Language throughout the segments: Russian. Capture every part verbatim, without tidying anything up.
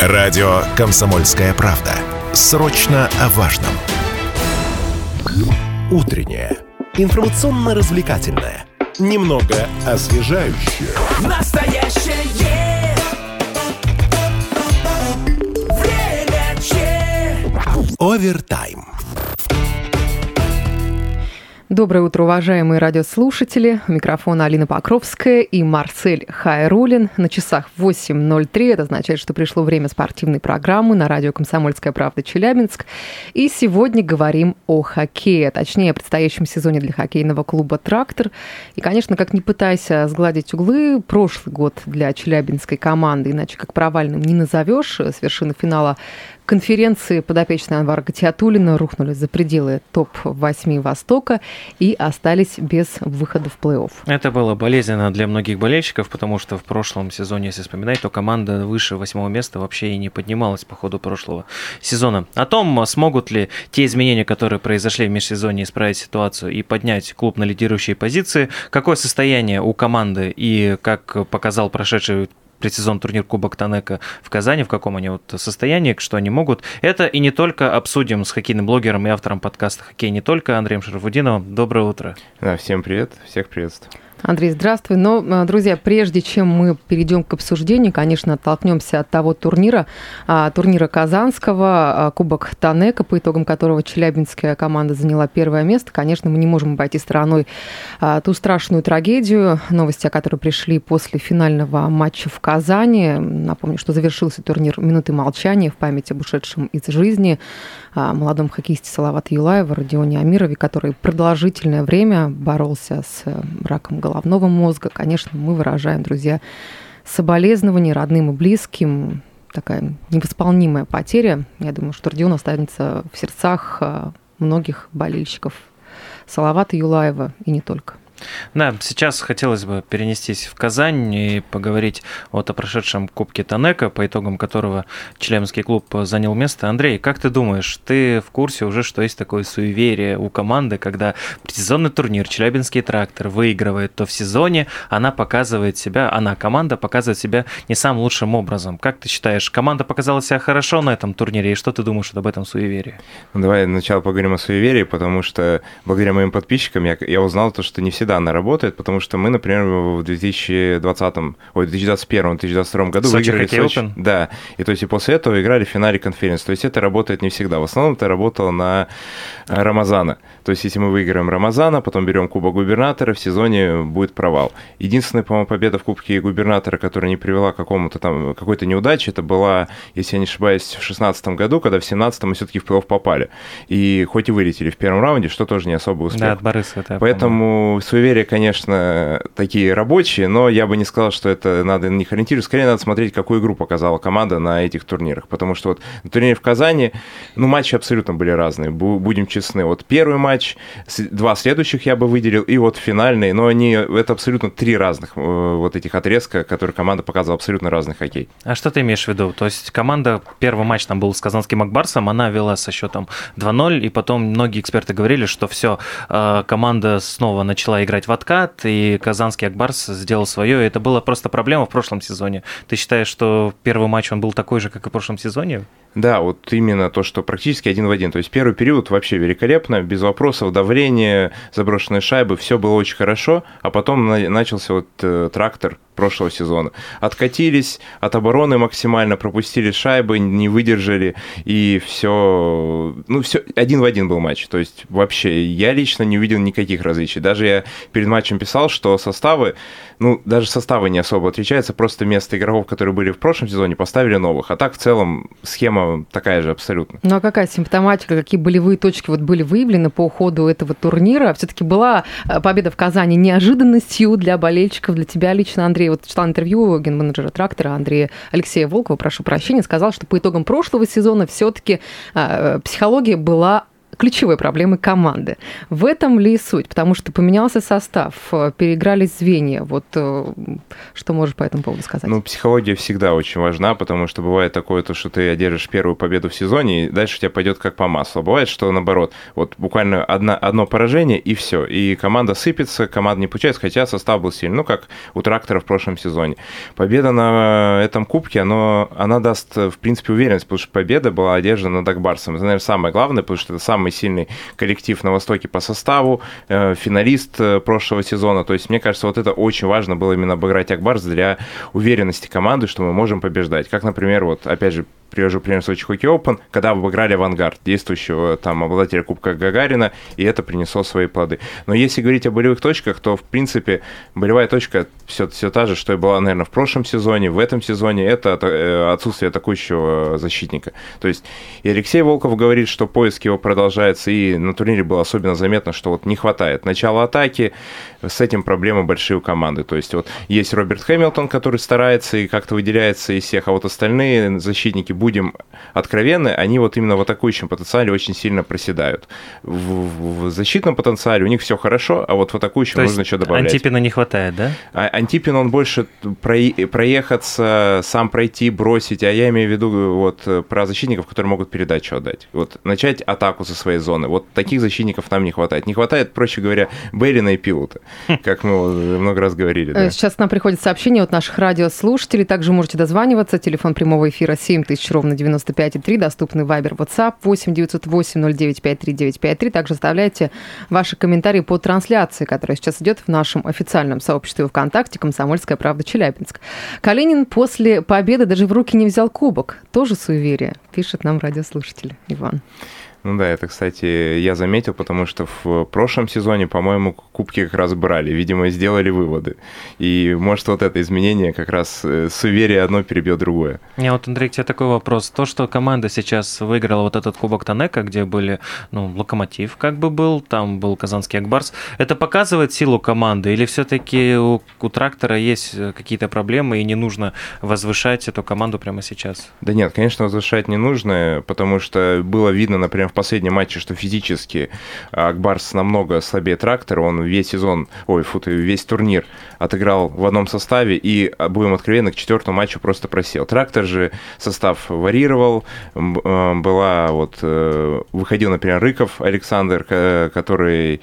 Радио «Комсомольская правда». Срочно о важном. Утреннее. Информационно-развлекательное. Немного освежающее. Настоящее. Время Че. Овертайм. Доброе утро, уважаемые радиослушатели. У микрофона Алина Покровская и Марсель Хайруллин. На часах восемь ноль три. Это означает, что пришло время спортивной программы на радио «Комсомольская правда» Челябинск. И сегодня говорим о хоккее, точнее, о предстоящем сезоне для хоккейного клуба «Трактор». И, конечно, как ни пытайся сгладить углы, прошлый год для челябинской команды, иначе как провальным не назовешь, с вершины финала конференции подопечные Анвара Гатиатуллина рухнули за пределы топ восемь Востока и остались без выхода в плей-офф. Это было болезненно для многих болельщиков, потому что в прошлом сезоне, если вспоминать, то команда выше восьмого места вообще и не поднималась по ходу прошлого сезона. О том, смогут ли те изменения, которые произошли в межсезонье, исправить ситуацию и поднять клуб на лидирующие позиции, какое состояние у команды и, как показал прошедший предсезон турнир Кубок Танека в Казани, в каком они вот состоянии, что они могут. Это и не только обсудим с хоккейным блогером и автором подкаста «Хоккей не только» Андреем Шарафутдиновым. Доброе утро. Да, всем привет, всех приветствую. Андрей, здравствуй. Но, друзья, прежде чем мы перейдем к обсуждению, конечно, оттолкнемся от того турнира, турнира Казанского, Кубок Танека, по итогам которого челябинская команда заняла первое место. Конечно, мы не можем обойти стороной ту страшную трагедию, новости о которой пришли после финального матча в Казани. Напомню, что завершился турнир минуты молчания в память об ушедшем из жизни молодом хоккеисте Салавате Юлаеве, Родионе Амирове, который продолжительное время боролся с раком головного мозга. Конечно, мы выражаем, друзья, соболезнования родным и близким. Такая невосполнимая потеря. Я думаю, что Родион останется в сердцах многих болельщиков Салавата Юлаева и не только. Да, сейчас хотелось бы перенестись в Казань и поговорить вот о прошедшем Кубке Танека, по итогам которого челябинский клуб занял место. Андрей, как ты думаешь, ты в курсе уже, что есть такое суеверие у команды, когда предсезонный турнир Челябинский Трактор выигрывает, то в сезоне она показывает себя, она, команда, показывает себя не самым лучшим образом. Как ты считаешь, команда показала себя хорошо на этом турнире, и что ты думаешь об этом суеверии? Ну, давай сначала поговорим о суеверии, потому что благодаря моим подписчикам я, я узнал то, что не все да, она работает, потому что мы, например, в две тысячи двадцатом, ой, две тысячи двадцать первом - две тысячи двадцать втором году Сочи выиграли Хоккей Сочи. Open? Да, и то есть и после этого играли в финале конференции. То есть это работает не всегда. В основном это работало на Рамазана. То есть если мы выиграем Рамазана, потом берем Кубок Губернатора, в сезоне будет провал. Единственная, по-моему, победа в Кубке Губернатора, которая не привела к какому-то там какой-то неудаче, это была, если я не ошибаюсь, в шестнадцатом году, когда в семнадцатом мы все-таки в плей-офф попали. И хоть и вылетели в первом раунде, что тоже не особо успех. Да, от Бориса это. Поэтому суеверие, конечно, такие рабочие, но я бы не сказал, что это надо на них ориентироваться. Скорее, надо смотреть, какую игру показала команда на этих турнирах. Потому что вот на турнире в Казани, ну, матчи абсолютно были разные, будем честны. Вот первый матч, два следующих я бы выделил, и вот финальный, но они, это абсолютно три разных вот этих отрезка, которые команда показывала абсолютно разный хоккей. А что ты имеешь в виду? То есть команда, первый матч там был с Казанским Акбарсом, она вела со счетом два ноль, и потом многие эксперты говорили, что все, команда снова начала играть в откат, и Казанский Акбарс сделал свое, и это была просто проблема в прошлом сезоне. Ты считаешь, что первый матч он был такой же, как и в прошлом сезоне? Да, вот именно то, что практически один в один. То есть первый период вообще великолепно, без вопросов, давление, заброшенные шайбы, все было очень хорошо, а потом начался вот э, трактор прошлого сезона. Откатились от обороны максимально, пропустили шайбы, не выдержали, и все, ну, все один в один был матч. То есть вообще я лично не увидел никаких различий. Даже я перед матчем писал, что составы, ну, даже составы не особо отличаются, просто вместо игроков, которые были в прошлом сезоне, поставили новых. А так в целом схема такая же абсолютно. Ну а какая симптоматика, какие болевые точки вот были выявлены по ходу этого турнира? Все-таки была победа в Казани неожиданностью для болельщиков, для тебя лично, Андрей. Вот читала интервью ген-менеджера «Трактора» Андрея Алексея Волкова, прошу прощения, сказал, что по итогам прошлого сезона все-таки э, психология была ключевой проблемой команды. В этом ли суть? Потому что поменялся состав, переигрались звенья. Вот что можешь по этому поводу сказать? Ну, психология всегда очень важна, потому что бывает такое, то, что ты одержишь первую победу в сезоне, и дальше у тебя пойдет как по маслу. Бывает, что наоборот, вот буквально одна, одно поражение, и все. И команда сыпется, команда не получается, хотя состав был сильный. Ну, как у «Трактора» в прошлом сезоне. Победа на этом кубке, оно, она даст, в принципе, уверенность, потому что победа была одержана над «Акбарсом». Это, наверное, самое главное, потому что это самый сильный коллектив на Востоке по составу, э, финалист прошлого сезона. То есть, мне кажется, вот это очень важно было именно обыграть «Акбарс» для уверенности команды, что мы можем побеждать. Как, например, вот, опять же, привожу пример Сочи Хоккей Оупен, когда обыграли «Авангард», действующего там обладателя Кубка Гагарина, и это принесло свои плоды. Но если говорить о болевых точках, то, в принципе, болевая точка все, все та же, что и была, наверное, в прошлом сезоне, в этом сезоне, это отсутствие атакующего защитника. То есть и Алексей Волков говорит, что поиск его продолжается, и на турнире было особенно заметно, что вот не хватает начала атаки, с этим проблемы большие у команды. То есть вот есть Роберт Хэмилтон, который старается и как-то выделяется из всех, а вот остальные защитники, будем откровенны, они вот именно в атакующем потенциале очень сильно проседают. В, в защитном потенциале у них все хорошо, а вот в атакующем нужно еще добавлять. Антипина не хватает, да? А, Антипин, он больше проехаться, сам пройти, бросить, а я имею в виду вот про защитников, которые могут передачу отдать. Вот начать атаку со своей зоны. Вот таких защитников нам не хватает. Не хватает, проще говоря, Бейлина и Пилота, как мы много раз говорили. Да? Сейчас к нам приходит сообщение от наших радиослушателей. Также можете дозваниваться. Телефон прямого эфира семь тысяч ровно девяносто пять и три, доступный Вайбер, WhatsApp восемь девятьсот восемь ноль девять пять три девять пять три. Также оставляйте ваши комментарии по трансляции, которая сейчас идет в нашем официальном сообществе ВКонтакте «Комсомольская правда. Челябинск». Калинин после победы даже в руки не взял кубок. Тоже суеверие, пишет нам радиослушатель Иван. Ну да, это, кстати, я заметил, потому что в прошлом сезоне, по-моему, кубки как раз брали, видимо, сделали выводы. И, может, вот это изменение как раз суеверие одно перебьет другое. Не, вот, Андрей, к тебе такой вопрос. То, что команда сейчас выиграла вот этот кубок Танека, где были, ну, Локомотив как бы был, там был Казанский Акбарс, это показывает силу команды? Или все-таки у, у Трактора есть какие-то проблемы и не нужно возвышать эту команду прямо сейчас? Да нет, конечно, возвышать не нужно, потому что было видно, например, в последнем матче, что физически Акбарс намного слабее Трактора, он весь сезон, ой, фу, весь турнир отыграл в одном составе и, будем откровенны, к четвертому матчу просто просел. Трактор же состав варьировал, была вот, выходил, например, Рыков Александр, который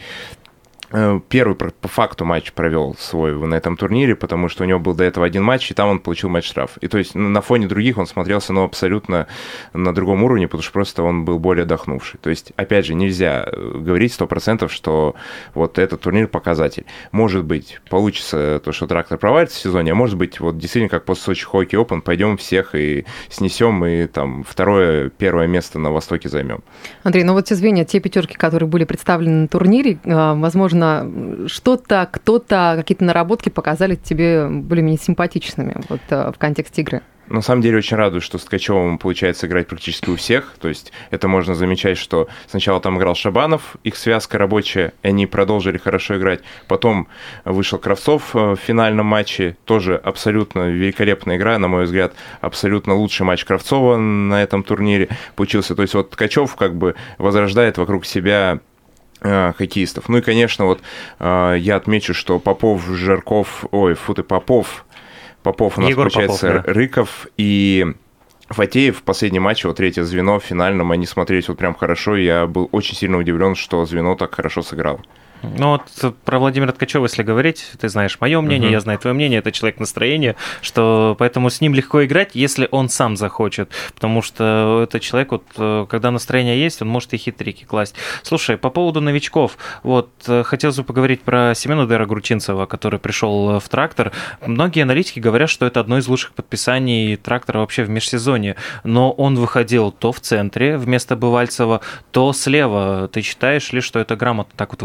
первый по факту матч провел свой на этом турнире, потому что у него был до этого один матч, и там он получил матч-штраф. И то есть на фоне других он смотрелся, ну, абсолютно на другом уровне, потому что просто он был более отдохнувший. То есть, опять же, нельзя говорить сто процентов, что вот этот турнир показатель. Может быть, получится то, что Трактор провалится в сезоне, а может быть, вот действительно, как после Сочи Хоккей Open, пойдем всех и снесем, и там второе, первое место на Востоке займем. Андрей, ну вот те звенья, те пятерки, которые были представлены на турнире, возможно, что-то, кто-то, какие-то наработки показали тебе более-менее симпатичными вот, в контексте игры? На самом деле очень радует, что с Ткачевым получается играть практически у всех. То есть это можно замечать, что сначала там играл Шабанов, их связка рабочая, и они продолжили хорошо играть. Потом вышел Кравцов в финальном матче, тоже абсолютно великолепная игра, на мой взгляд, абсолютно лучший матч Кравцова на этом турнире получился. То есть вот Ткачев как бы возрождает вокруг себя хоккеистов. Ну и, конечно, вот я отмечу, что Попов, Жарков, ой, фу ты, Попов, Попов у нас, Егор получается, Попов, да. Рыков и Фатеев в последнем матче, вот третье звено в финальном, они смотрелись вот прям хорошо, и я был очень сильно удивлен, что звено так хорошо сыграло. Ну вот про Владимира Ткачева, если говорить, ты знаешь мое мнение, uh-huh. я знаю твое мнение, это человек настроения, что поэтому с ним легко играть, если он сам захочет, потому что это человек, вот, когда настроение есть, он может и хитрики класть. Слушай, по поводу новичков, вот, хотелось бы поговорить про Семена Дера-Гручинцева, который пришел в Трактор. Многие аналитики говорят, что это одно из лучших подписаний Трактора вообще в межсезонье, но он выходил то в центре вместо Бывальцева, то слева. Ты считаешь ли, что это грамотно так вот его используют?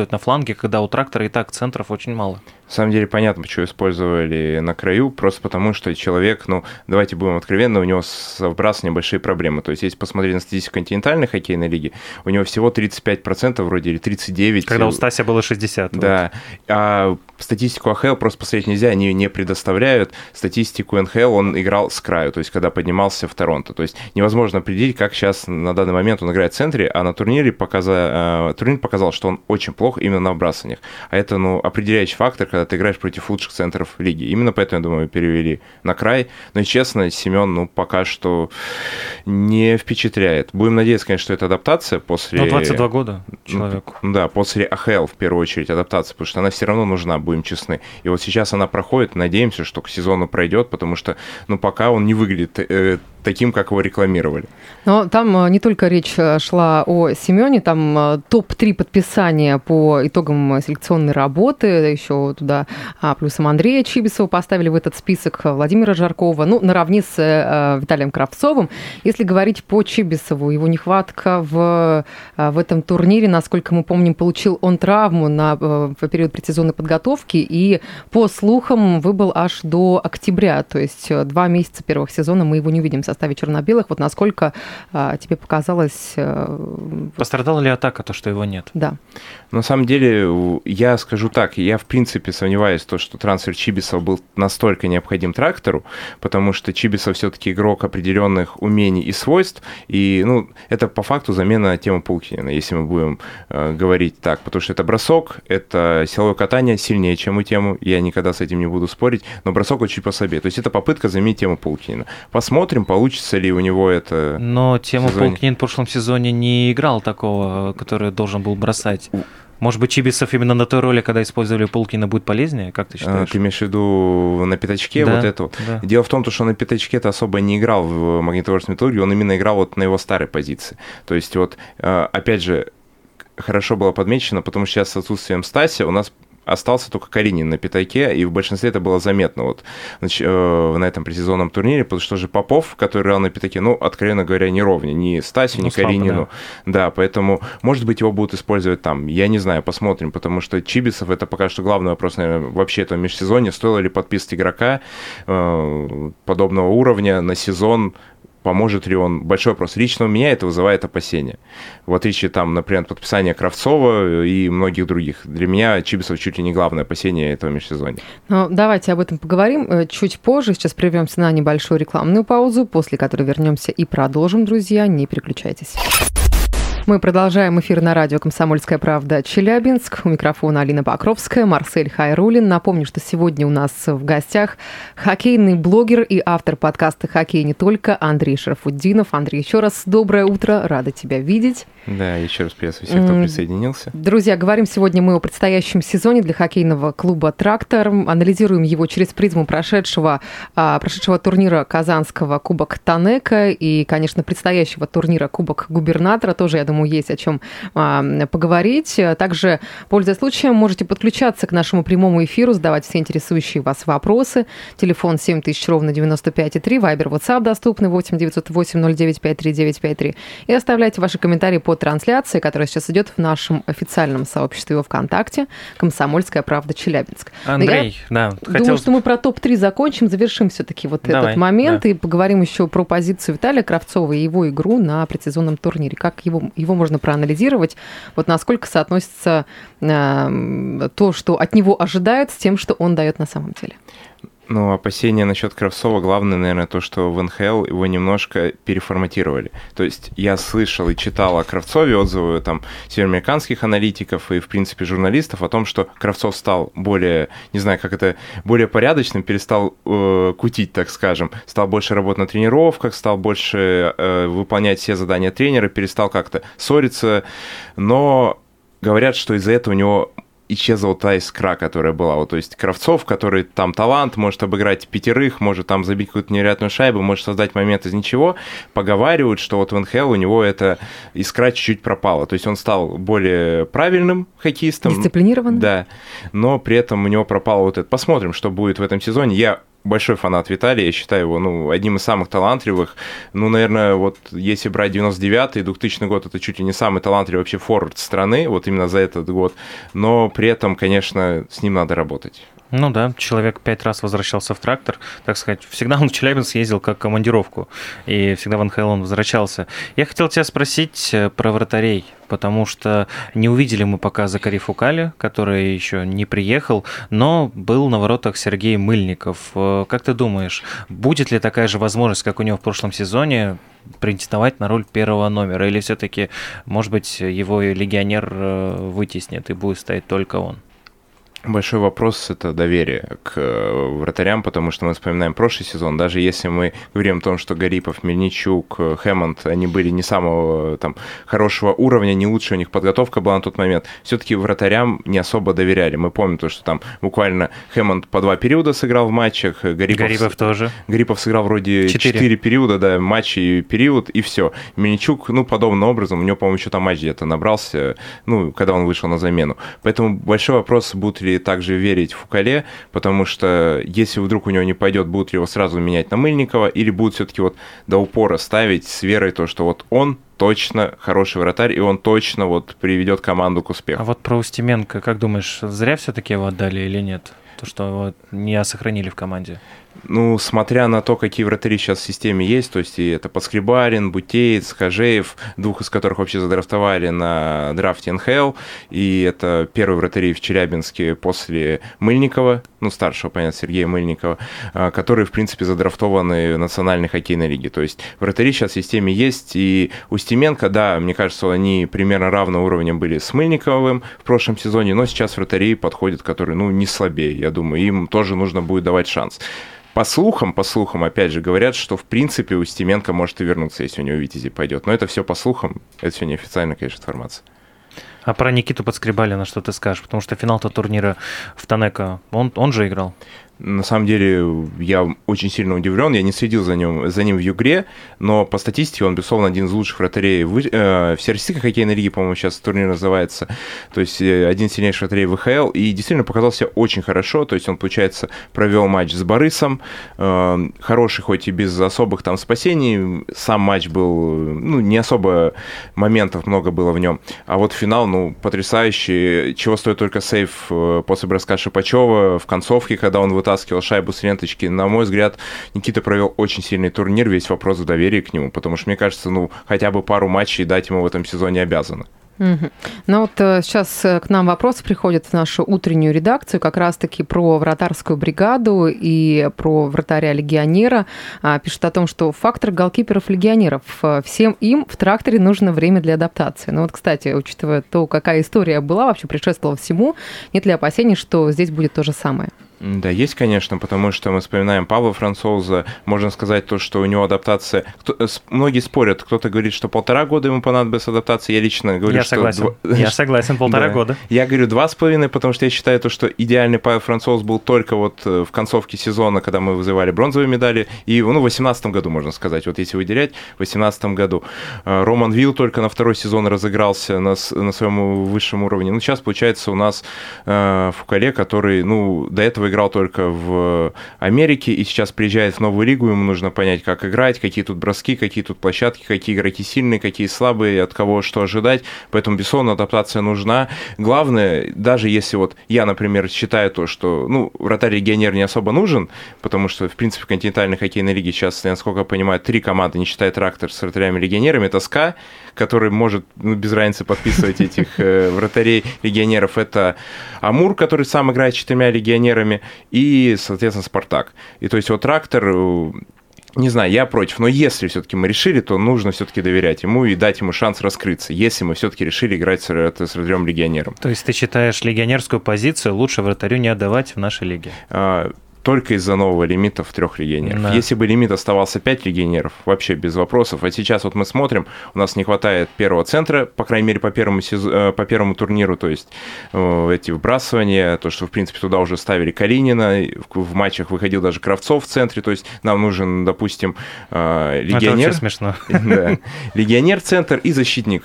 использовать на фланге, когда у трактора и так центров очень мало. На самом деле понятно, почему использовали на краю, просто потому что человек, ну, давайте будем откровенны, у него с вбрасыванием большие проблемы. То есть, если посмотреть на статистику континентальной хоккейной лиги, у него всего тридцать пять процентов вроде, или тридцать девять процентов. Когда у Стася было шестьдесят процентов. Да. Вот. А статистику АХЛ просто посмотреть нельзя, они ее не предоставляют. Статистику эн ха эл он играл с краю, то есть, когда поднимался в Торонто. То есть, невозможно определить, как сейчас на данный момент он играет в центре, а на турнире показа... турнир показал, что он очень плох именно на вбрасываниях. А это, ну, определяющий фактор, когда ты играешь против лучших центров лиги. Именно поэтому, я думаю, перевели на край. Но, честно, Семен, ну, пока что не впечатляет. Будем надеяться, конечно, что это адаптация после... Ну, двадцать два года человеку. Ну, да, после АХЛ, в первую очередь, адаптация, потому что она все равно нужна, будем честны. И вот сейчас она проходит, надеемся, что к сезону пройдет, потому что, ну, пока он не выглядит э, таким, как его рекламировали. Но там не только речь шла о Семене, там топ три подписания по итогам селекционной работы, еще туда а, плюсом Андрея Чибисова поставили в этот список, Владимира Жаркова, ну, наравне с а, Виталием Кравцовым. Если говорить по Чибисову, его нехватка в, а, в этом турнире, насколько мы помним, получил он травму на, в период предсезонной подготовки и, по слухам, выбыл аж до октября, то есть два месяца первых сезона мы его не увидим в составе черно-белых. Вот насколько а, тебе показалось... А... Пострадала ли атака, то, что его нет? Да. На самом деле, я скажу так, я в принципе сомневаюсь в том, что трансфер Чибисова был настолько необходим трактору, потому что Чибисов все-таки игрок определенных умений и свойств, и, ну, это по факту замена Тима Пулкинена, если мы будем э, говорить так, потому что это бросок, это силовое катание сильнее, чем у Тему, я никогда с этим не буду спорить, но бросок очень послабее, то есть это попытка заменить Тему Пулкинена. Посмотрим, получится ли у него это. Но Тема Пулкинен в прошлом сезоне не играл такого, который должен был бросать. Может быть, Чибисов именно на той роли, когда использовали Пулкина, будет полезнее, как ты считаешь? Ты имеешь в виду на пятачке, да, вот это? Да. Дело в том, что он на пятачке-то особо не играл в Магнитогорской Металлургии, он именно играл вот на его старой позиции. То есть вот, опять же, хорошо было подмечено, потому что сейчас с отсутствием Стаси у нас остался только Каринин на пятаке, и в большинстве это было заметно вот значит, э, на этом предсезонном турнире, потому что же Попов, который играл на пятаке, ну, откровенно говоря, не ровня ни Стасю, ну, ни слабо, Каринину. Да. да, поэтому, может быть, его будут использовать там, я не знаю, посмотрим, потому что Чибисов, это пока что главный вопрос, наверное, вообще этого межсезонья, стоило ли подписывать игрока э, подобного уровня на сезон, поможет ли он? Большой вопрос. Лично у меня это вызывает опасения. В отличие, там, например, от подписания Кравцова и многих других. Для меня Чибисов чуть ли не главное опасение этого межсезонья. Ну, давайте об этом поговорим чуть позже. Сейчас прервемся на небольшую рекламную паузу, после которой вернемся и продолжим, друзья. Не переключайтесь. Мы продолжаем эфир на радио «Комсомольская правда» Челябинск. У микрофона Алина Покровская, Марсель Хайруллин. Напомню, что сегодня у нас в гостях хоккейный блогер и автор подкаста «Хоккей не только» Андрей Шарафутдинов. Андрей, еще раз доброе утро, рада тебя видеть. Да, еще раз приветствую всех, кто присоединился. Друзья, говорим сегодня мы о предстоящем сезоне для хоккейного клуба «Трактор». Анализируем его через призму прошедшего, прошедшего турнира казанского Кубок Танека и, конечно, предстоящего турнира Кубок Губернатора. Тоже, я думаю, есть о чем поговорить. Также, пользуясь случаем, можете подключаться к нашему прямому эфиру, задавать все интересующие вас вопросы. Телефон семь тысяч ровно девяносто пять и три, Вайбер, WhatsApp доступны восемь девятьсот восемь ноль девять пять три девять пять три. И оставляйте ваши комментарии по трансляции, которая сейчас идет в нашем официальном сообществе ВКонтакте «Комсомольская правда Челябинск». Андрей, я да. Думаю, хотел... что мы про топ три закончим, завершим все-таки вот Давай, этот момент да. и поговорим еще про позицию Виталия Кравцова и его игру на предсезонном турнире. Как его, его можно проанализировать, вот насколько соотносится э, то, что от него ожидают, с тем, что он дает на самом деле. Ну, опасения насчет Кравцова, главное, наверное, то, что в эн ха эл его немножко переформатировали. То есть я слышал и читал о Кравцове отзывы там североамериканских аналитиков и, в принципе, журналистов о том, что Кравцов стал более, не знаю, как это, более порядочным, перестал э, кутить, так скажем, стал больше работать на тренировках, стал больше э, выполнять все задания тренера, перестал как-то ссориться, но говорят, что из-за этого у него исчезла та искра, которая была. Вот, то есть Кравцов, который там талант, может обыграть пятерых, может там забить какую-то невероятную шайбу, может создать момент из ничего, поговаривают, что вот в эн ха эл у него эта искра чуть-чуть пропала. То есть он стал более правильным хоккеистом. Дисциплинированным. Да, но при этом у него пропало вот это. Посмотрим, что будет в этом сезоне. Я большой фанат Виталия, я считаю его, ну, одним из самых талантливых. Ну, наверное, вот если брать девяносто девятый, двухтысячный год, это чуть ли не самый талантливый вообще форвард страны, вот именно за этот год. Но при этом, конечно, с ним надо работать. Ну да, человек пять раз возвращался в трактор, так сказать. Всегда он в Челябинск ездил как командировку, и всегда в эн ха эл он возвращался. Я хотел тебя спросить про вратарей, потому что не увидели мы пока Закари Фукали, который еще не приехал, но был на воротах Сергей Мыльников. Как ты думаешь, будет ли такая же возможность, как у него в прошлом сезоне, претендовать на роль первого номера, или все-таки, может быть, его легионер вытеснит и будет стоять только он? Большой вопрос – это доверие к вратарям, потому что мы вспоминаем прошлый сезон. Даже если мы говорим о том, что Гарипов, Мельничук, Хэммонд, они были не самого там, хорошего уровня, не лучшая у них подготовка была на тот момент, все-таки вратарям не особо доверяли. Мы помним то, что там буквально Хэммонд по два периода сыграл в матчах. Гарипов, Гарипов тоже. Гарипов сыграл вроде четыре периода, да, матч и период, и все. Мельничук, ну, подобным образом, у него, по-моему, еще там матч где-то набрался, ну, когда он вышел на замену. Поэтому большой вопрос, будут ли также верить Фукале, потому что если вдруг у него не пойдет, будут ли его сразу менять на Мыльникова, или будут все-таки вот до упора ставить с верой то, что вот он точно хороший вратарь, и он точно вот приведет команду к успеху. А вот про Устименко, как думаешь, зря все-таки его отдали или нет? То, что его не сохранили в команде? Ну, смотря на то, какие вратари сейчас в системе есть, то есть и это Подскребарин, Бутеец, Хажеев, двух из которых вообще задрафтовали на драфте эн ха эл, и это первые вратари в Челябинске после Мыльникова, ну, старшего, понятно, Сергея Мыльникова, которые, в принципе, задрафтованы в Национальной хоккейной лиге. То есть вратари сейчас в системе есть, и Устименко, да, мне кажется, они примерно равного уровня были с Мыльниковым в прошлом сезоне, но сейчас вратари подходят, которые, ну, не слабее, я думаю, им тоже нужно будет давать шанс. По слухам, по слухам, опять же, говорят, что, в принципе, Устименко может и вернуться, если у него Витязи пойдет. Но это все по слухам, это все неофициальная, конечно, информация. А про Никиту Подскребалина что ты скажешь? Потому что финал-то турнира в Танеко, он, он же играл. На самом деле, я очень сильно удивлен, я не следил за ним, за ним в Югре, но по статистике он, безусловно, один из лучших вратарей в, э, Всероссийской хоккейной лиге, по-моему, сейчас турнир называется, то есть один из сильнейших вратарей в эн ха эл, и действительно показал себя очень хорошо, то есть он, получается, провел матч с Борисом, э, хороший, хоть и без особых там спасений, сам матч был, ну, не особо моментов много было в нем, а вот финал, ну, потрясающий, чего стоит только сейв после броска Шипачева в концовке, когда он вытаскивал вытаскивал шайбу с ленточки. На мой взгляд, Никита провел очень сильный турнир, весь вопрос в доверии к нему, потому что, мне кажется, ну, хотя бы пару матчей дать ему в этом сезоне обязаны. Угу. Ну вот сейчас к нам вопросы приходят в нашу утреннюю редакцию как раз-таки про вратарскую бригаду и про вратаря-легионера. Пишут о том, что фактор голкиперов-легионеров. Всем им в тракторе нужно время для адаптации. Ну вот, кстати, учитывая то, какая история была, вообще предшествовала всему, нет ли опасений, что здесь будет то же самое? Да, есть, конечно, потому что мы вспоминаем Павла Францоуза, можно сказать то, что у него адаптация... Кто, многие спорят, кто-то говорит, что полтора года ему понадобилась адаптация, я лично говорю, я что... Согласен. Два... Я согласен, полтора да. года. Я говорю два с половиной, потому что я считаю то, что идеальный Павел Францоуз был только вот в концовке сезона, когда мы вызывали бронзовые медали, и, ну, в восемнадцатом году, можно сказать, вот если выделять, в восемнадцатом году. Роман Вилл только на второй сезон разыгрался на, на своем высшем уровне. Ну, сейчас, получается, у нас э, Фукале, который, ну, до этого играл только в в Америке и сейчас приезжает в новую лигу, ему нужно понять, как играть, какие тут броски, какие тут площадки, какие игроки сильные, какие слабые, от кого что ожидать. Поэтому, безусловно, адаптация нужна. Главное, даже если вот я, например, считаю то, что, ну, вратарь-легионер не особо нужен, потому что, в принципе, в континентальной хоккейной лиге сейчас, насколько я понимаю, три команды, не считая трактор с вратарями-легионерами, это СКА, который может, ну, без разницы подписывать этих э, вратарей-легионеров, это Амур, который сам играет с четырьмя легионерами, и, соответственно, Спартак. И то есть вот трактор, не знаю, я против, но если все-таки мы решили, то нужно все-таки доверять ему и дать ему шанс раскрыться, если мы все-таки решили играть с, с вратарем-легионером. То есть ты считаешь легионерскую позицию лучше вратарю не отдавать в нашей лиге? А, только из-за нового лимита в трех легионеров. Да. Если бы лимит оставался пять легионеров, вообще без вопросов. А сейчас вот мы смотрим, у нас не хватает первого центра, по крайней мере, по первому, сезону, по первому турниру, то есть эти вбрасывания, то, что, в принципе, туда уже ставили Калинина, в матчах выходил даже Кравцов в центре, то есть нам нужен, допустим, легионер. Это вообще смешно. Да. Легионер-центр и защитник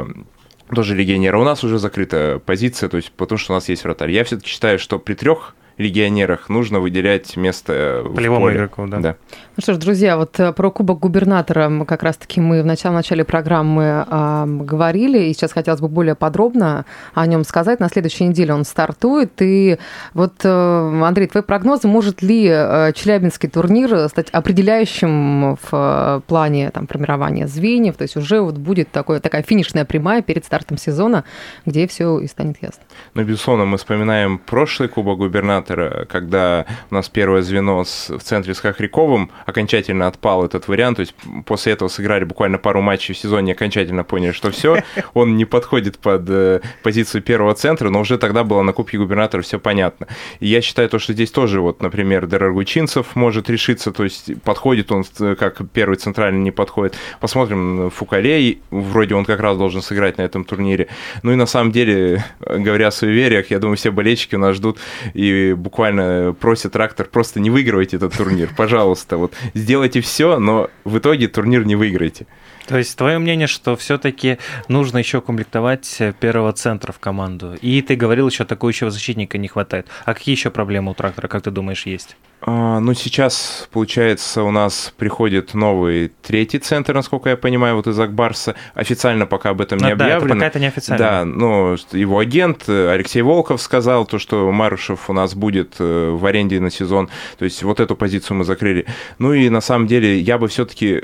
тоже легионера. У нас уже закрыта позиция, то есть потому что у нас есть вратарь. Я все-таки считаю, что при трех легионерах нужно выделять место в полевому поле. игроку, да. да. Ну что ж, друзья, вот про Кубок губернатора как раз-таки мы в начале, в начале программы э, говорили, и сейчас хотелось бы более подробно о нем сказать. На следующей неделе он стартует, и вот, э, Андрей, твои прогнозы, может ли э, Челябинский турнир стать определяющим в э, плане там, формирования звеньев, то есть уже вот будет такое, такая финишная прямая перед стартом сезона, где все и станет ясно? Ну, безусловно, мы вспоминаем прошлый Кубок губернатора, когда у нас первое звено с, в центре с Хохряковым окончательно отпал этот вариант, то есть после этого сыграли буквально пару матчей в сезоне, окончательно поняли, что все, он не подходит под э, позицию первого центра, но уже тогда было на Кубке губернатора все понятно. И я считаю, то, что здесь тоже, вот, например, Дорогучинцев может решиться, то есть подходит он как первый центральный, не подходит. Посмотрим, Фукалей, вроде он как раз должен сыграть на этом турнире. Ну и на самом деле, говоря о суевериях, я думаю, все болельщики у нас ждут и буквально просят Трактор, просто не выигрывайте этот турнир, пожалуйста, вот сделайте все, но в итоге турнир не выиграете. То есть твое мнение, что все-таки нужно еще комплектовать первого центра в команду. И ты говорил, еще атакующего защитника не хватает. А какие еще проблемы у Трактора, как ты думаешь, есть? А, ну, сейчас, получается, у нас приходит новый третий центр, насколько я понимаю, вот из Акбарса. Официально пока об этом ну, не да, объявлено. Это пока это не официально. Да, но его агент Алексей Волков сказал, то, что Марушев у нас будет в аренде на сезон. То есть вот эту позицию мы закрыли. Ну и на самом деле я бы все-таки...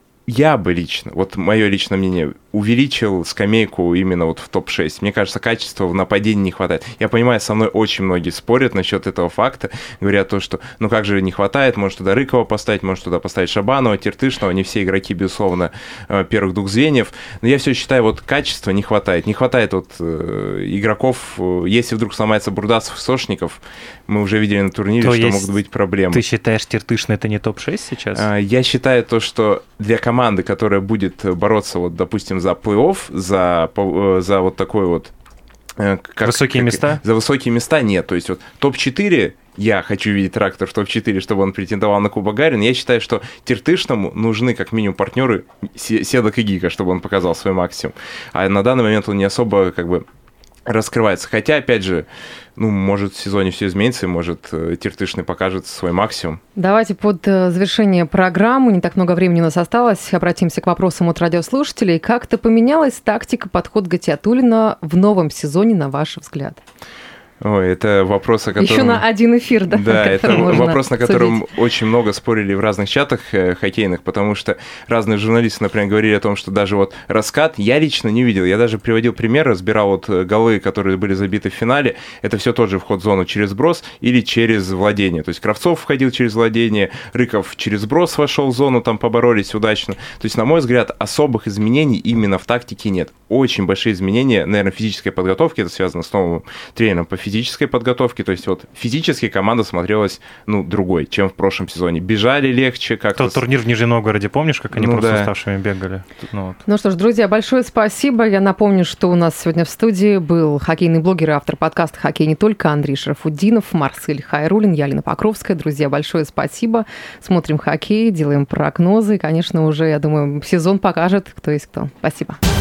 Я бы лично, вот мое личное мнение, увеличил скамейку именно вот в топ шесть. Мне кажется, качества в нападении не хватает. Я понимаю, со мной очень многие спорят насчет этого факта, говорят то, что ну как же не хватает, может туда Рыкова поставить, может туда поставить Шабанова, Тертышного, не все игроки, безусловно, первых двух звеньев. Но я все считаю, вот качества не хватает. Не хватает вот э, игроков, если вдруг сломается Бурдасов и Сошников, мы уже видели на турнире, то что могут быть проблемы. Ты считаешь, Тертышный это не топ шесть сейчас? Я считаю то, что для команды команды, которая будет бороться, вот, допустим, за плей-офф, за, за вот такой вот... Как, высокие как, места? За высокие места нет. То есть вот топ четыре, я хочу видеть Трактор в топ четыре, чтобы он претендовал на Кубок Гарина. Я считаю, что Тертышному нужны как минимум партнеры Седок и Гика, чтобы он показал свой максимум. А на данный момент он не особо как бы раскрывается. Хотя, опять же, ну, может, в сезоне все изменится, и, может, Тертышный покажет свой максимум. Давайте под завершение программы, не так много времени у нас осталось, обратимся к вопросам от радиослушателей. Как-то поменялась тактика, подход Гатиатуллина в новом сезоне, на ваш взгляд? Ой, это вопрос, о котором... Еще на один эфир, да? Да, это вопрос, на котором судить. Очень много спорили в разных чатах хоккейных, потому что разные журналисты, например, говорили о том, что даже вот раскат я лично не видел. Я даже приводил пример, разбирал вот голы, которые были забиты в финале. Это все тот же вход в зону через брос или через владение. То есть Кравцов входил через владение, Рыков через брос вошел в зону, там поборолись удачно. То есть, на мой взгляд, особых изменений именно в тактике нет. Очень большие изменения, наверное, физической подготовки, это связано с новым тренером по физической подготовке, то есть вот физически команда смотрелась, ну, другой, чем в прошлом сезоне. Бежали легче как-то. Тот турнир в Нижнем Новгороде, помнишь, как они ну, просто да. уставшими бегали? Ну, вот. ну что ж, друзья, большое спасибо. Я напомню, что у нас сегодня в студии был хоккейный блогер и автор подкаста «Хоккей не только» Андрей Шарафутдинов, Марсель Хайруллин, я Алина Покровская. Друзья, большое спасибо. Смотрим хоккей, делаем прогнозы. И, конечно, уже, я думаю, сезон покажет, кто есть кто. Спасибо.